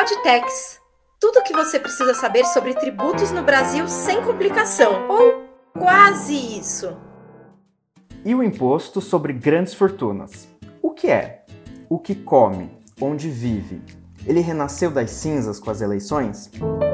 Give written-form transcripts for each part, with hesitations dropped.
Podtex. Tudo o que você precisa saber sobre tributos no Brasil sem complicação, ou quase isso. E o imposto sobre grandes fortunas? O que é? O que come? Onde vive? Ele renasceu das cinzas com as eleições?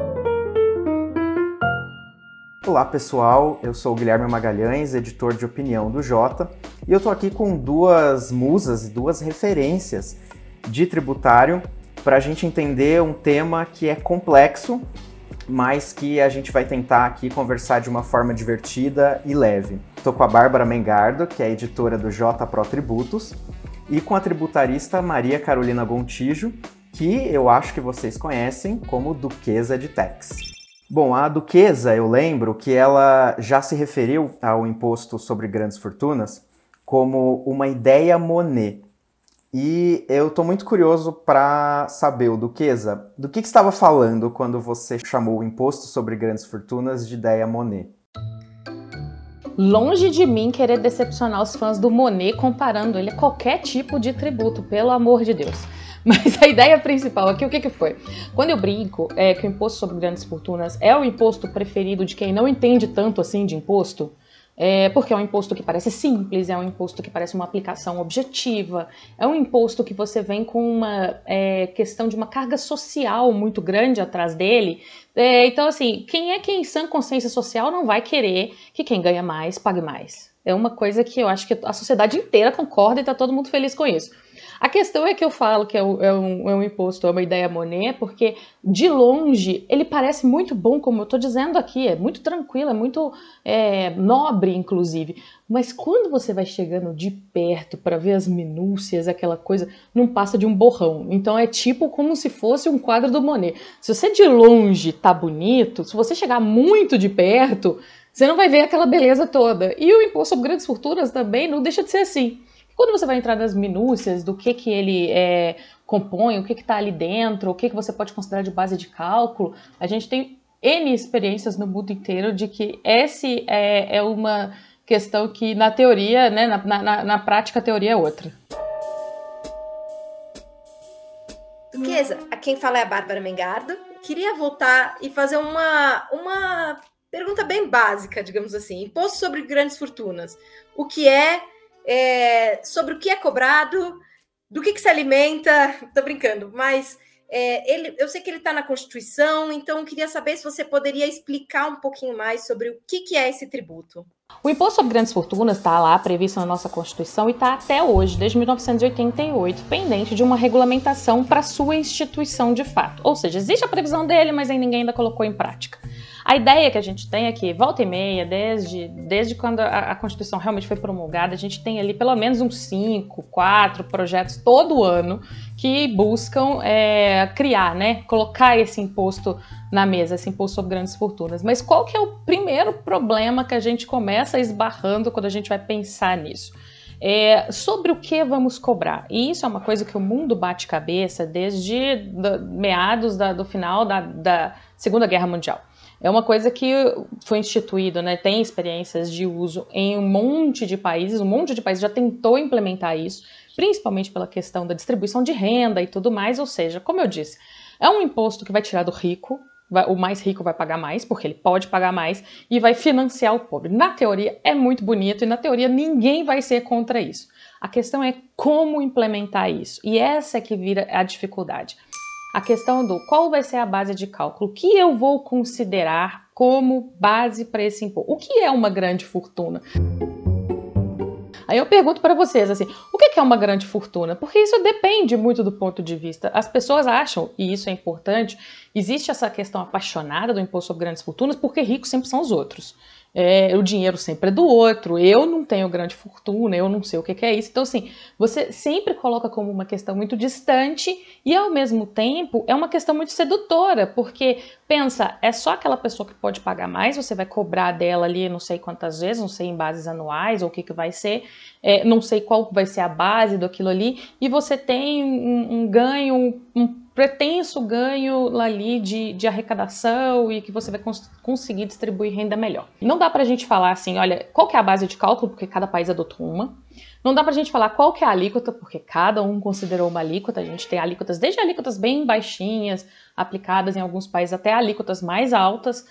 Olá pessoal, eu sou o Guilherme Magalhães, editor de opinião do Jota, e eu tô aqui com duas musas e duas referências de tributário para a gente entender um tema que é complexo, mas que a gente vai tentar aqui conversar de uma forma divertida e leve. Estou com a Bárbara Mengardo, que é editora do J Pro Tributos, e com a tributarista Maria Carolina Gontijo, que eu acho que vocês conhecem como Duquesa de Tax. Bom, a Duquesa, eu lembro que ela já se referiu ao imposto sobre grandes fortunas como uma ideia Monet. E eu estou muito curioso para saber, Duquesa, do que você estava falando quando você chamou o imposto sobre grandes fortunas de ideia Monet? Longe de mim querer decepcionar os fãs do Monet comparando ele a qualquer tipo de tributo, pelo amor de Deus. Mas a ideia principal aqui, o que foi? Quando eu brinco que o imposto sobre grandes fortunas é o imposto preferido de quem não entende tanto assim de imposto, porque é um imposto que parece simples, é um imposto que parece uma aplicação objetiva, é um imposto que você vem com uma questão de uma carga social muito grande atrás dele. Então, assim, quem em sã consciência social não vai querer que quem ganha mais pague mais? É uma coisa que eu acho que a sociedade inteira concorda e está todo mundo feliz com isso. A questão é que eu falo que é um imposto, é uma ideia Monet, porque de longe ele parece muito bom, como eu estou dizendo aqui, é muito tranquilo, é muito nobre, inclusive. Mas quando você vai chegando de perto para ver as minúcias, aquela coisa, não passa de um borrão. Então é tipo como se fosse um quadro do Monet. Se você de longe tá bonito, se você chegar muito de perto, você não vai ver aquela beleza toda. E o imposto sobre grandes fortunas também não deixa de ser assim. Quando você vai entrar nas minúcias do que ele compõe, o que está ali dentro, o que você pode considerar de base de cálculo, a gente tem N experiências no mundo inteiro de que essa é uma questão que na teoria, né, na prática a teoria é outra. Duquesa, a quem fala é a Bárbara Mengardo. Queria voltar e fazer uma pergunta bem básica, digamos assim. Imposto sobre grandes fortunas. O que sobre o que é cobrado, do que se alimenta, tô brincando, mas eu sei que ele está na Constituição, então eu queria saber se você poderia explicar um pouquinho mais sobre o que é esse tributo. O imposto sobre grandes fortunas está lá previsto na nossa Constituição e está até hoje, desde 1988, pendente de uma regulamentação para sua instituição de fato. Ou seja, existe a previsão dele, mas ninguém ainda colocou em prática. A ideia que a gente tem é que, volta e meia, desde quando a Constituição realmente foi promulgada, a gente tem ali pelo menos uns 5, 4 projetos todo ano que buscam criar, né, colocar esse imposto na mesa, esse imposto sobre grandes fortunas. Mas qual que é o primeiro problema que a gente começa esbarrando quando a gente vai pensar nisso? Sobre o que vamos cobrar. E isso é uma coisa que o mundo bate cabeça desde meados do final da Segunda Guerra Mundial. É uma coisa que foi instituído, né? Tem experiências de uso em um monte de países já tentou implementar isso, principalmente pela questão da distribuição de renda e tudo mais, ou seja, como eu disse, é um imposto que vai tirar do rico, o mais rico vai pagar mais, porque ele pode pagar mais, e vai financiar o pobre. Na teoria é muito bonito e na teoria ninguém vai ser contra isso. A questão é como implementar isso, e essa é que vira a dificuldade. A questão do qual vai ser a base de cálculo, o que eu vou considerar como base para esse imposto, o que é uma grande fortuna? Aí eu pergunto para vocês assim, o que é uma grande fortuna? Porque isso depende muito do ponto de vista. As pessoas acham, e isso é importante, existe essa questão apaixonada do imposto sobre grandes fortunas porque ricos sempre são os outros. O dinheiro sempre é do outro, eu não tenho grande fortuna, eu não sei o que é isso. Então, assim, você sempre coloca como uma questão muito distante e, ao mesmo tempo, é uma questão muito sedutora, porque, pensa, é só aquela pessoa que pode pagar mais, você vai cobrar dela ali não sei quantas vezes, não sei em bases anuais ou o que vai ser, não sei qual vai ser a base daquilo ali, e você tem um ganho pretenso ganho ali de arrecadação e que você vai conseguir distribuir renda melhor. Não dá pra gente falar assim, olha, qual que é a base de cálculo, porque cada país adotou uma. Não dá pra gente falar qual que é a alíquota, porque cada um considerou uma alíquota. A gente tem alíquotas, desde alíquotas bem baixinhas, aplicadas em alguns países, até alíquotas mais altas,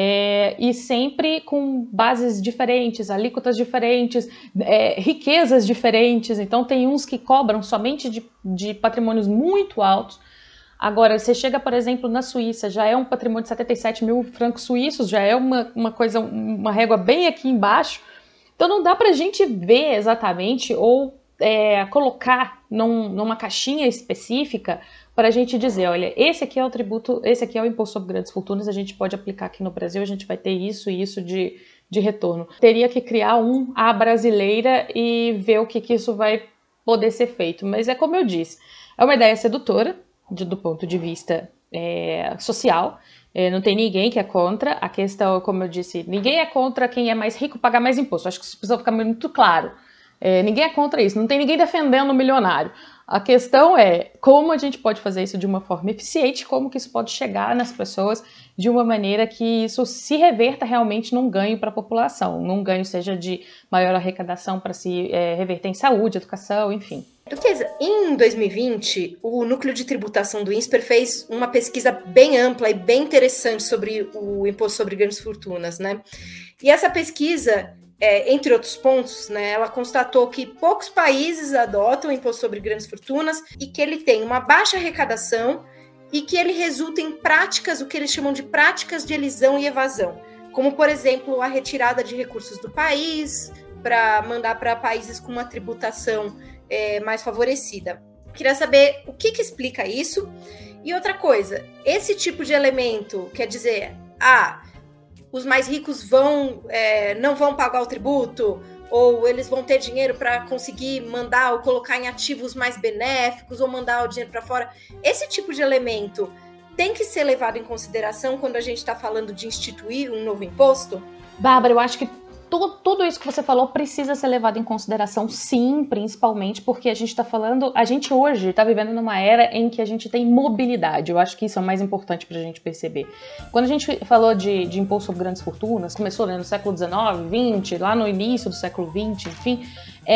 e sempre com bases diferentes, alíquotas diferentes, riquezas diferentes. Então tem uns que cobram somente de patrimônios muito altos. Agora, você chega, por exemplo, na Suíça, já é um patrimônio de 77 mil francos suíços, já é uma coisa, uma régua bem aqui embaixo. Então não dá pra gente ver exatamente ou colocar numa caixinha específica para a gente dizer, olha, esse aqui é o tributo, esse aqui é o imposto sobre grandes fortunas, a gente pode aplicar aqui no Brasil, a gente vai ter isso e isso de retorno. Teria que criar a brasileira e ver o que isso vai poder ser feito. Mas é como eu disse, é uma ideia sedutora do ponto de vista social. Não tem ninguém que é contra. A questão, como eu disse, ninguém é contra quem é mais rico pagar mais imposto. Acho que isso precisa ficar muito claro. Ninguém é contra isso. Não tem ninguém defendendo o milionário. A questão é como a gente pode fazer isso de uma forma eficiente, como que isso pode chegar nas pessoas de uma maneira que isso se reverta realmente num ganho para a população. Num ganho seja de maior arrecadação para se reverter em saúde, educação, enfim. Duquesa, em 2020, o Núcleo de Tributação do INSPER fez uma pesquisa bem ampla e bem interessante sobre o imposto sobre grandes fortunas, né? E essa pesquisa, entre outros pontos, né, ela constatou que poucos países adotam o imposto sobre grandes fortunas e que ele tem uma baixa arrecadação e que ele resulta em práticas, o que eles chamam de práticas de elisão e evasão, como, por exemplo, a retirada de recursos do país para mandar para países com uma tributação mais favorecida. Queria saber o que explica isso. E outra coisa, esse tipo de elemento, quer dizer, os mais ricos não vão pagar o tributo, ou eles vão ter dinheiro para conseguir mandar ou colocar em ativos mais benéficos, ou mandar o dinheiro para fora. Esse tipo de elemento tem que ser levado em consideração quando a gente está falando de instituir um novo imposto? Bárbara, eu acho que tudo isso que você falou precisa ser levado em consideração, sim, principalmente porque a gente hoje está vivendo numa era em que a gente tem mobilidade. Eu acho que isso é o mais importante para a gente perceber. Quando a gente falou de imposto sobre grandes fortunas, começou no século XIX, XX, lá no início do século XX, enfim,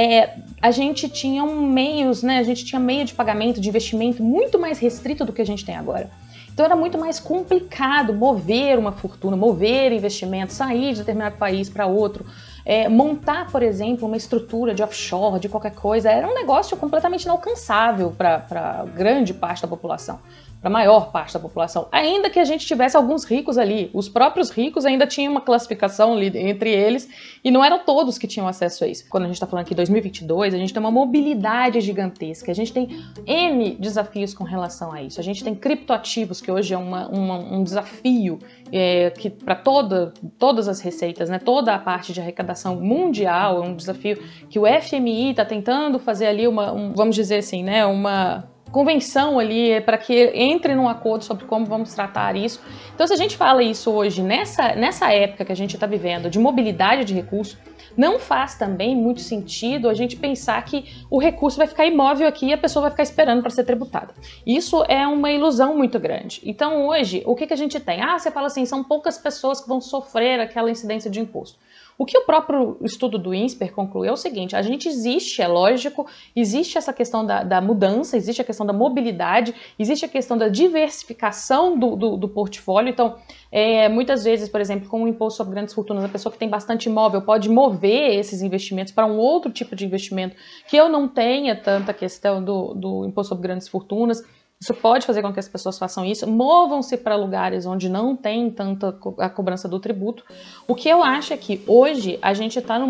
a gente tinha meios, né? A gente tinha meio de pagamento, de investimento muito mais restrito do que a gente tem agora. Então era muito mais complicado mover uma fortuna, mover investimento, sair de determinado país para outro, montar, por exemplo, uma estrutura de offshore, de qualquer coisa. Era um negócio completamente inalcançável para grande parte da população, para a maior parte da população. Ainda que a gente tivesse alguns ricos ali, os próprios ricos ainda tinham uma classificação ali entre eles e não eram todos que tinham acesso a isso. Quando a gente está falando aqui de 2022, a gente tem uma mobilidade gigantesca, a gente tem N desafios com relação a isso. A gente tem criptoativos, que hoje é um desafio que para todas as receitas, né, toda a parte de arrecadação mundial, é um desafio que o FMI está tentando fazer ali vamos dizer assim, né, uma convenção ali para que entre num acordo sobre como vamos tratar isso. Então, se a gente fala isso hoje, nessa época que a gente está vivendo, de mobilidade de recurso, não faz também muito sentido a gente pensar que o recurso vai ficar imóvel aqui e a pessoa vai ficar esperando para ser tributada. Isso é uma ilusão muito grande. Então, hoje, o que a gente tem? Você fala assim, são poucas pessoas que vão sofrer aquela incidência de imposto. O que o próprio estudo do INSPER concluiu é o seguinte: a gente existe, é lógico, existe essa questão da mudança, existe a questão da mobilidade, existe a questão da diversificação do portfólio. Então, muitas vezes, por exemplo, com o imposto sobre grandes fortunas, a pessoa que tem bastante imóvel pode mover esses investimentos para um outro tipo de investimento que eu não tenha tanta questão do imposto sobre grandes fortunas. Isso pode fazer com que as pessoas façam isso, movam-se para lugares onde não tem tanta a cobrança do tributo. O que eu acho é que hoje a gente está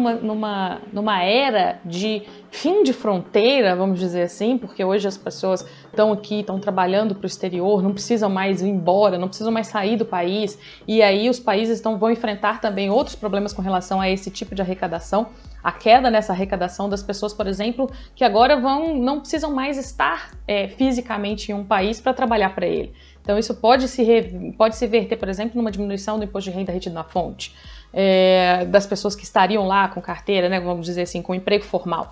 numa era de fim de fronteira, vamos dizer assim, porque hoje as pessoas estão aqui, estão trabalhando para o exterior, não precisam mais ir embora, não precisam mais sair do país, e aí os países vão enfrentar também outros problemas com relação a esse tipo de arrecadação. A queda nessa arrecadação das pessoas, por exemplo, que agora não precisam mais estar fisicamente em um país para trabalhar para ele. Então isso pode se verter, por exemplo, numa diminuição do imposto de renda retido na fonte. das pessoas que estariam lá com carteira, né, vamos dizer assim, com emprego formal.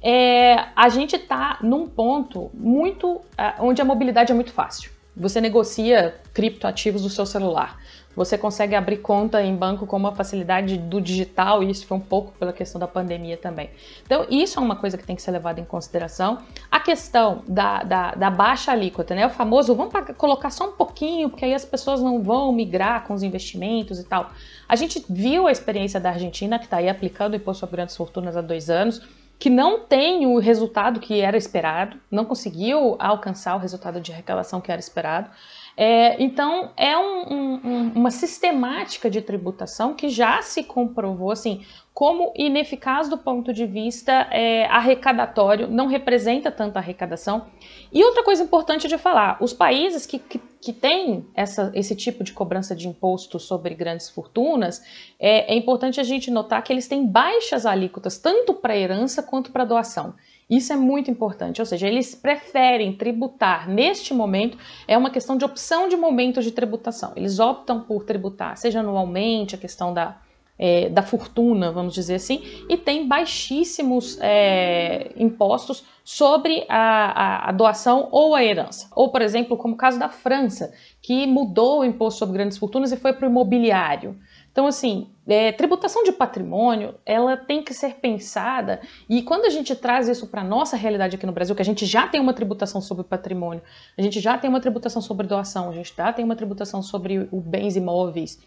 A gente está num ponto onde a mobilidade é muito fácil. Você negocia criptoativos do seu celular. Você consegue abrir conta em banco com uma facilidade do digital, e isso foi um pouco pela questão da pandemia também. Então, isso é uma coisa que tem que ser levada em consideração. A questão da baixa alíquota, né? O famoso, vamos colocar só um pouquinho, porque aí as pessoas não vão migrar com os investimentos e tal. A gente viu a experiência da Argentina, que está aí aplicando o imposto sobre grandes fortunas há 2 anos, que não tem o resultado que era esperado, não conseguiu alcançar o resultado de arrecadação que era esperado. Então, é uma sistemática de tributação que já se comprovou assim, como ineficaz do ponto de vista arrecadatório, não representa tanta arrecadação. E outra coisa importante de falar, os países que têm esse tipo de cobrança de imposto sobre grandes fortunas, é importante a gente notar que eles têm baixas alíquotas, tanto para herança quanto para doação. Isso é muito importante, ou seja, eles preferem tributar neste momento, é uma questão de opção de momentos de tributação. Eles optam por tributar, seja anualmente, a questão da fortuna, vamos dizer assim, e tem baixíssimos impostos sobre a doação ou a herança. Ou, por exemplo, como o caso da França, que mudou o imposto sobre grandes fortunas e foi para o imobiliário. Então, assim, tributação de patrimônio, ela tem que ser pensada, e quando a gente traz isso para a nossa realidade aqui no Brasil, que a gente já tem uma tributação sobre patrimônio, a gente já tem uma tributação sobre doação, a gente já tem uma tributação sobre os bens imóveis,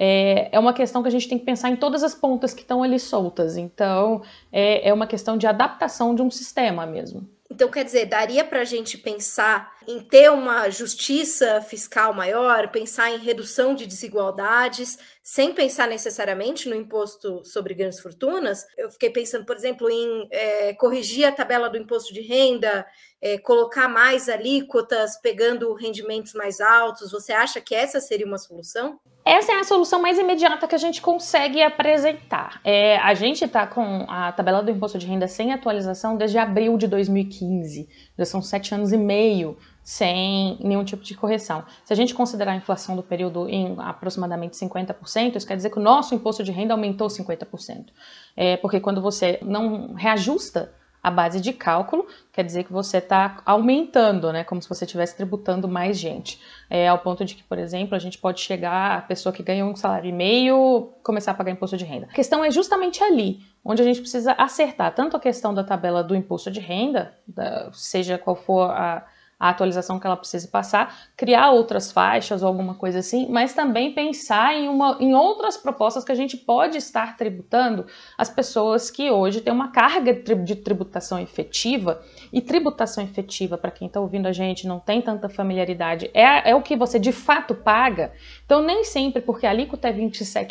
é uma questão que a gente tem que pensar em todas as pontas que estão ali soltas. Então, é uma questão de adaptação de um sistema mesmo. Então, quer dizer, daria para a gente pensar em ter uma justiça fiscal maior, pensar em redução de desigualdades, sem pensar necessariamente no imposto sobre grandes fortunas? Eu fiquei pensando, por exemplo, em corrigir a tabela do imposto de renda, colocar mais alíquotas, pegando rendimentos mais altos. Você acha que essa seria uma solução? Essa é a solução mais imediata que a gente consegue apresentar. A gente está com a tabela do imposto de renda sem atualização desde abril de 2015. Já são 7 anos e meio sem nenhum tipo de correção. Se a gente considerar a inflação do período em aproximadamente 50%, isso quer dizer que o nosso imposto de renda aumentou 50%. Porque quando você não reajusta a base de cálculo, quer dizer que você está aumentando, né? Como se você estivesse tributando mais gente. Ao ponto de que, por exemplo, a gente pode chegar, a pessoa que ganha 1,5 salário, começar a pagar imposto de renda. A questão é justamente ali, onde a gente precisa acertar tanto a questão da tabela do imposto de renda, seja qual for a atualização que ela precise passar, criar outras faixas ou alguma coisa assim, mas também pensar em outras propostas que a gente pode estar tributando as pessoas que hoje têm uma carga de tributação efetiva, e tributação efetiva, para quem está ouvindo a gente, não tem tanta familiaridade, é o que você de fato paga. Então nem sempre porque a alíquota é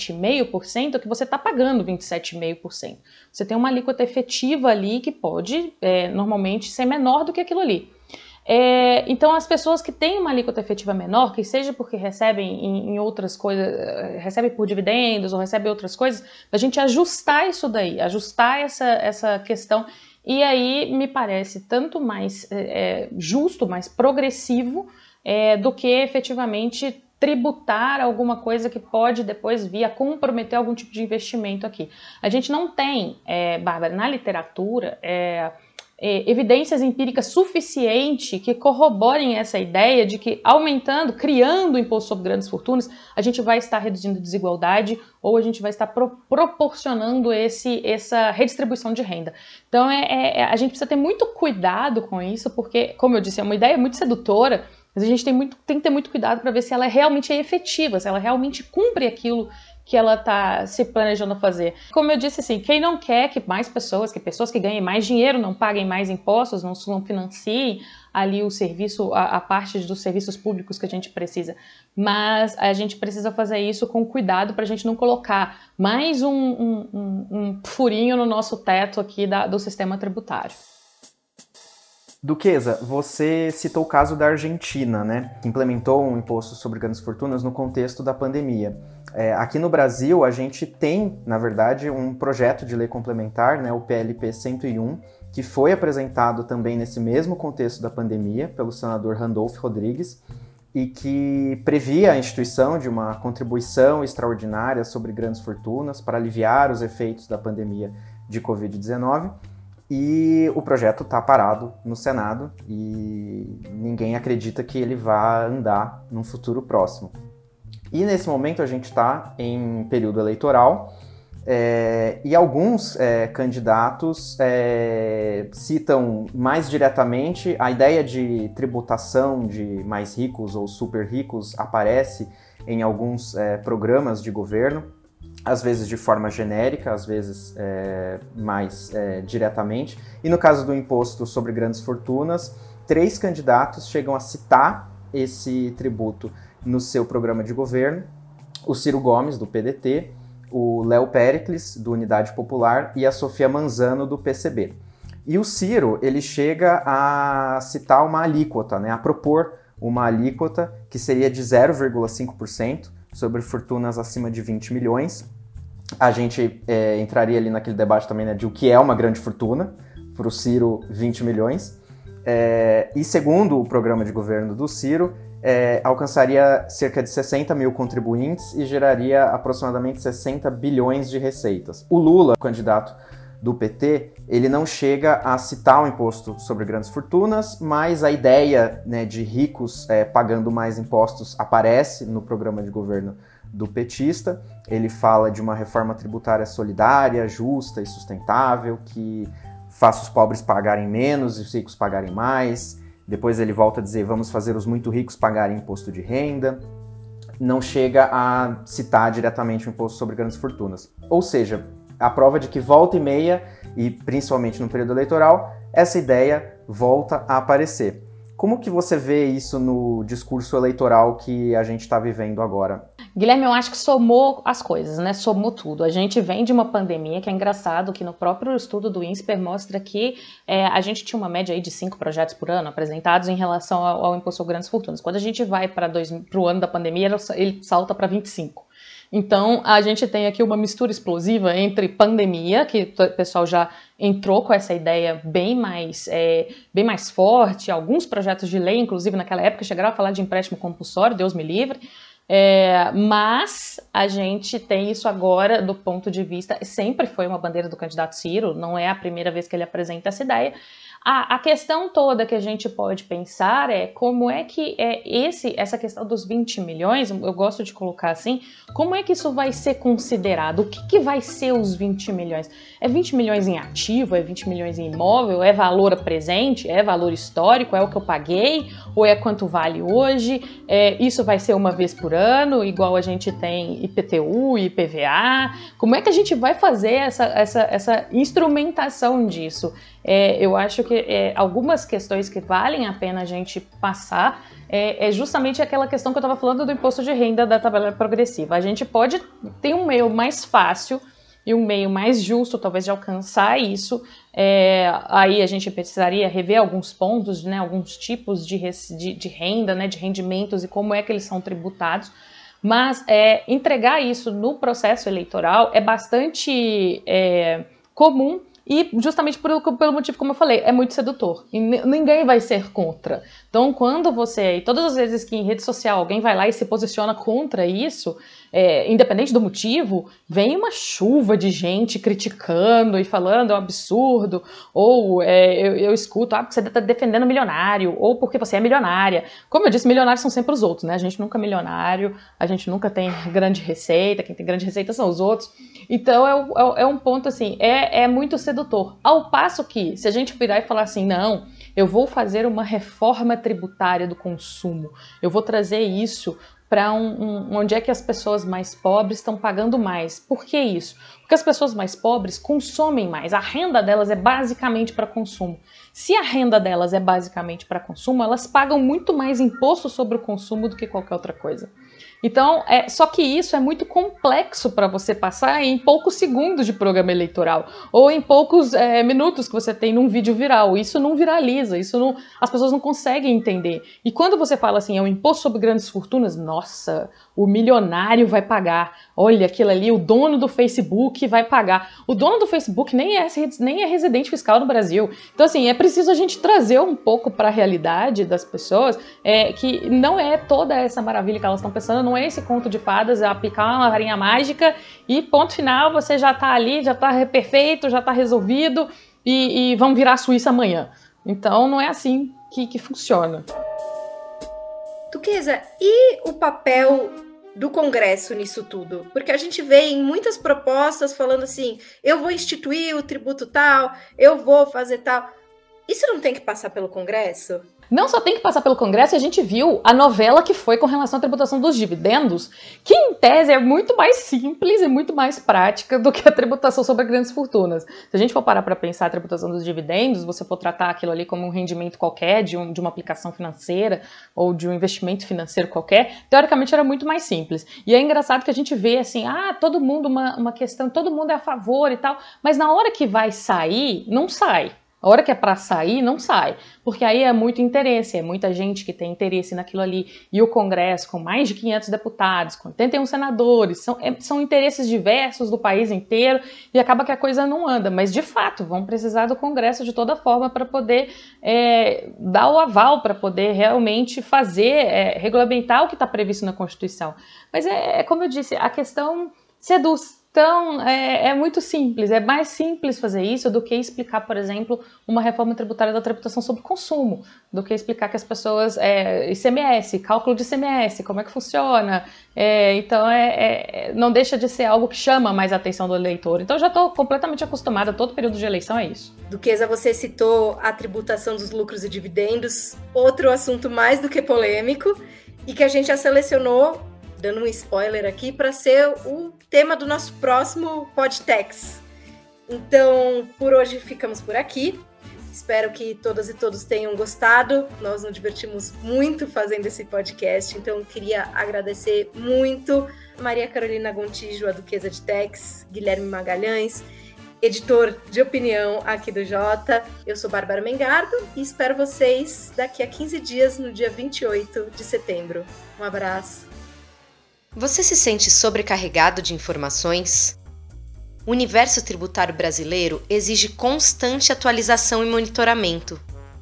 27,5% que você está pagando 27,5%. Você tem uma alíquota efetiva ali que pode normalmente ser menor do que aquilo ali. Então as pessoas que têm uma alíquota efetiva menor, que seja porque recebem em outras coisas, recebem por dividendos ou recebem outras coisas, a gente ajustar isso daí, ajustar essa questão, e aí me parece tanto mais justo, mais progressivo do que efetivamente tributar alguma coisa que pode depois vir a comprometer algum tipo de investimento aqui. A gente não tem, Bárbara, na literatura, evidências empíricas suficientes que corroborem essa ideia de que aumentando, criando o imposto sobre grandes fortunas, a gente vai estar reduzindo desigualdade ou a gente vai estar proporcionando essa redistribuição de renda. Então a gente precisa ter muito cuidado com isso, porque, como eu disse, é uma ideia muito sedutora, mas a gente tem que ter muito cuidado para ver se ela realmente é efetiva, se ela realmente cumpre aquilo que ela está se planejando fazer. Como eu disse, assim, quem não quer que mais pessoas que ganhem mais dinheiro não paguem mais impostos, não financiem ali o serviço, a parte dos serviços públicos que a gente precisa. Mas a gente precisa fazer isso com cuidado para a gente não colocar mais um furinho no nosso teto aqui do sistema tributário. Duquesa, você citou o caso da Argentina, né, que implementou um imposto sobre grandes fortunas no contexto da pandemia. Aqui no Brasil, a gente tem, na verdade, um projeto de lei complementar, né, o PLP 101, que foi apresentado também nesse mesmo contexto da pandemia pelo senador Randolfo Rodrigues, e que previa a instituição de uma contribuição extraordinária sobre grandes fortunas para aliviar os efeitos da pandemia de Covid-19. E o projeto está parado no Senado e ninguém acredita que ele vá andar num futuro próximo. E nesse momento a gente está em período eleitoral e alguns candidatos citam mais diretamente a ideia de tributação de mais ricos ou super ricos aparece em alguns programas de governo, às vezes de forma genérica, às vezes mais diretamente. E no caso do imposto sobre grandes fortunas, 3 candidatos chegam a citar esse tributo no seu programa de governo: o Ciro Gomes, do PDT, o Léo Péricles, do Unidade Popular, e a Sofia Manzano, do PCB. E o Ciro, ele chega a citar uma alíquota, né, a propor uma alíquota que seria de 0,5% sobre fortunas acima de 20 milhões. A gente entraria ali naquele debate também, né, de o que é uma grande fortuna. Para o Ciro, 20 milhões. E segundo o programa de governo do Ciro, alcançaria cerca de 60 mil contribuintes e geraria aproximadamente 60 bilhões de receitas. O Lula, candidato do PT, ele não chega a citar o imposto sobre grandes fortunas, mas a ideia, né, de ricos pagando mais impostos aparece no programa de governo do petista. Ele fala de uma reforma tributária solidária, justa e sustentável, que faça os pobres pagarem menos e os ricos pagarem mais. Depois ele volta a dizer: vamos fazer os muito ricos pagarem imposto de renda. Não chega a citar diretamente o imposto sobre grandes fortunas. Ou seja, a prova de que volta e meia, e principalmente no período eleitoral, essa ideia volta a aparecer. Como que você vê isso no discurso eleitoral que a gente está vivendo agora? Guilherme, eu acho que somou as coisas, né? Somou tudo. A gente vem de uma pandemia, que é engraçado que no próprio estudo do INSPER mostra que a gente tinha uma média aí de 5 projetos por ano apresentados em relação ao imposto sobre grandes fortunas. Quando a gente vai para o ano da pandemia, ele salta para 25. Então, a gente tem aqui uma mistura explosiva entre pandemia, que o pessoal já entrou com essa ideia bem mais forte, alguns projetos de lei, inclusive naquela época, chegaram a falar de empréstimo compulsório, Deus me livre, mas a gente tem isso agora do ponto de vista, sempre foi uma bandeira do candidato Ciro, não é a primeira vez que ele apresenta essa ideia. A questão toda que a gente pode pensar é como é que essa questão dos 20 milhões, eu gosto de colocar assim, como é que isso vai ser considerado? O que vai ser os 20 milhões? É 20 milhões em ativo? É 20 milhões em imóvel? É valor presente? É valor histórico? É o que eu paguei? Ou é quanto vale hoje? Isso vai ser uma vez por ano, igual a gente tem IPTU, IPVA? Como é que a gente vai fazer essa instrumentação disso? Eu acho que algumas questões que valem a pena a gente passar é justamente aquela questão que eu estava falando do imposto de renda da tabela progressiva. A gente pode ter um meio mais fácil e um meio mais justo, talvez, de alcançar isso. Aí a gente precisaria rever alguns pontos, né, alguns tipos de renda, né, de rendimentos e como é que eles são tributados. Mas entregar isso no processo eleitoral é bastante comum. E justamente pelo motivo, como eu falei, é muito sedutor. E ninguém vai ser contra. Então, quando todas as vezes que em rede social alguém vai lá e se posiciona contra isso, independente do motivo, vem uma chuva de gente criticando e falando é um absurdo, ou eu escuto, porque você está defendendo milionário, ou porque você é milionária. Como eu disse, milionários são sempre os outros, né? A gente nunca é milionário, a gente nunca tem grande receita, quem tem grande receita são os outros. Então, é um ponto assim, é muito sedutor. Ao passo que, se a gente virar e falar assim, não, eu vou fazer uma reforma tributária do consumo, eu vou trazer isso para onde é que as pessoas mais pobres estão pagando mais. Por que isso? Porque as pessoas mais pobres consomem mais, a renda delas é basicamente para consumo. Se a renda delas é basicamente para consumo, elas pagam muito mais imposto sobre o consumo do que qualquer outra coisa. Então, só que isso é muito complexo para você passar em poucos segundos de programa eleitoral ou em poucos minutos que você tem num vídeo viral. Isso não viraliza, as pessoas não conseguem entender. E quando você fala assim, é um imposto sobre grandes fortunas, nossa, o milionário vai pagar, olha aquilo ali, o dono do Facebook vai pagar. O dono do Facebook nem é residente fiscal no Brasil. Então, assim, é preciso a gente trazer um pouco para a realidade das pessoas, que não é toda essa maravilha que elas estão pensando, não é esse conto de fadas, é aplicar uma varinha mágica e ponto final, você já tá ali, já tá perfeito, já tá resolvido e vamos virar a Suíça amanhã. Então, não é assim que funciona. Duquesa, e o papel do Congresso nisso tudo? Porque a gente vê em muitas propostas falando assim, eu vou instituir o tributo tal, eu vou fazer tal. Isso não tem que passar pelo Congresso? Não só tem que passar pelo Congresso, a gente viu a novela que foi com relação à tributação dos dividendos, que em tese é muito mais simples e muito mais prática do que a tributação sobre grandes fortunas. Se a gente for parar para pensar a tributação dos dividendos, você for tratar aquilo ali como um rendimento qualquer de uma aplicação financeira ou de um investimento financeiro qualquer, teoricamente era muito mais simples. E é engraçado que a gente vê assim, todo mundo, uma questão, todo mundo é a favor e tal, mas na hora que vai sair, não sai. A hora que é para sair, não sai, porque aí é muito interesse, é muita gente que tem interesse naquilo ali, e o Congresso, com mais de 500 deputados, com 81 senadores, são interesses diversos do país inteiro, e acaba que a coisa não anda, mas de fato, vão precisar do Congresso de toda forma para poder dar o aval, para poder realmente regulamentar o que está previsto na Constituição. Mas como eu disse, a questão seduz. Então, é muito simples, é mais simples fazer isso do que explicar, por exemplo, uma reforma tributária da tributação sobre consumo, do que explicar que as pessoas, ICMS, cálculo de ICMS, como é que funciona, então não deixa de ser algo que chama mais a atenção do eleitor. Então, eu já estou completamente acostumada, todo período de eleição é isso. Duquesa, você citou a tributação dos lucros e dividendos, outro assunto mais do que polêmico, e que a gente já selecionou, dando um spoiler aqui, para ser o tema do nosso próximo Podtex. Então, por hoje ficamos por aqui. Espero que todas e todos tenham gostado. Nós nos divertimos muito fazendo esse podcast, então queria agradecer muito Maria Carolina Gontijo, a Duquesa de Tex, Guilherme Magalhães, editor de opinião aqui do Jota. Eu sou Bárbara Mengardo e espero vocês daqui a 15 dias, no dia 28 de setembro. Um abraço. Você se sente sobrecarregado de informações? O universo tributário brasileiro exige constante atualização e monitoramento.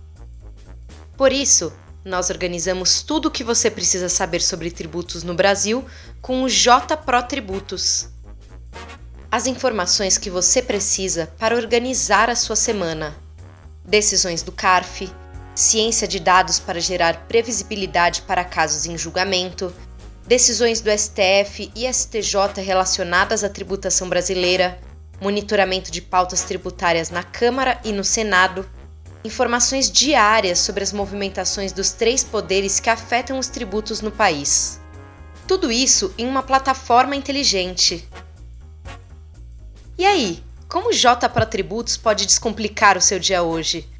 Por isso, nós organizamos tudo o que você precisa saber sobre tributos no Brasil com o J Pro Tributos. As informações que você precisa para organizar a sua semana. Decisões do CARF, ciência de dados para gerar previsibilidade para casos em julgamento, decisões do STF e STJ relacionadas à tributação brasileira, monitoramento de pautas tributárias na Câmara e no Senado, informações diárias sobre as movimentações dos 3 poderes que afetam os tributos no país. Tudo isso em uma plataforma inteligente. E aí, como o J Pro Tributos pode descomplicar o seu dia hoje?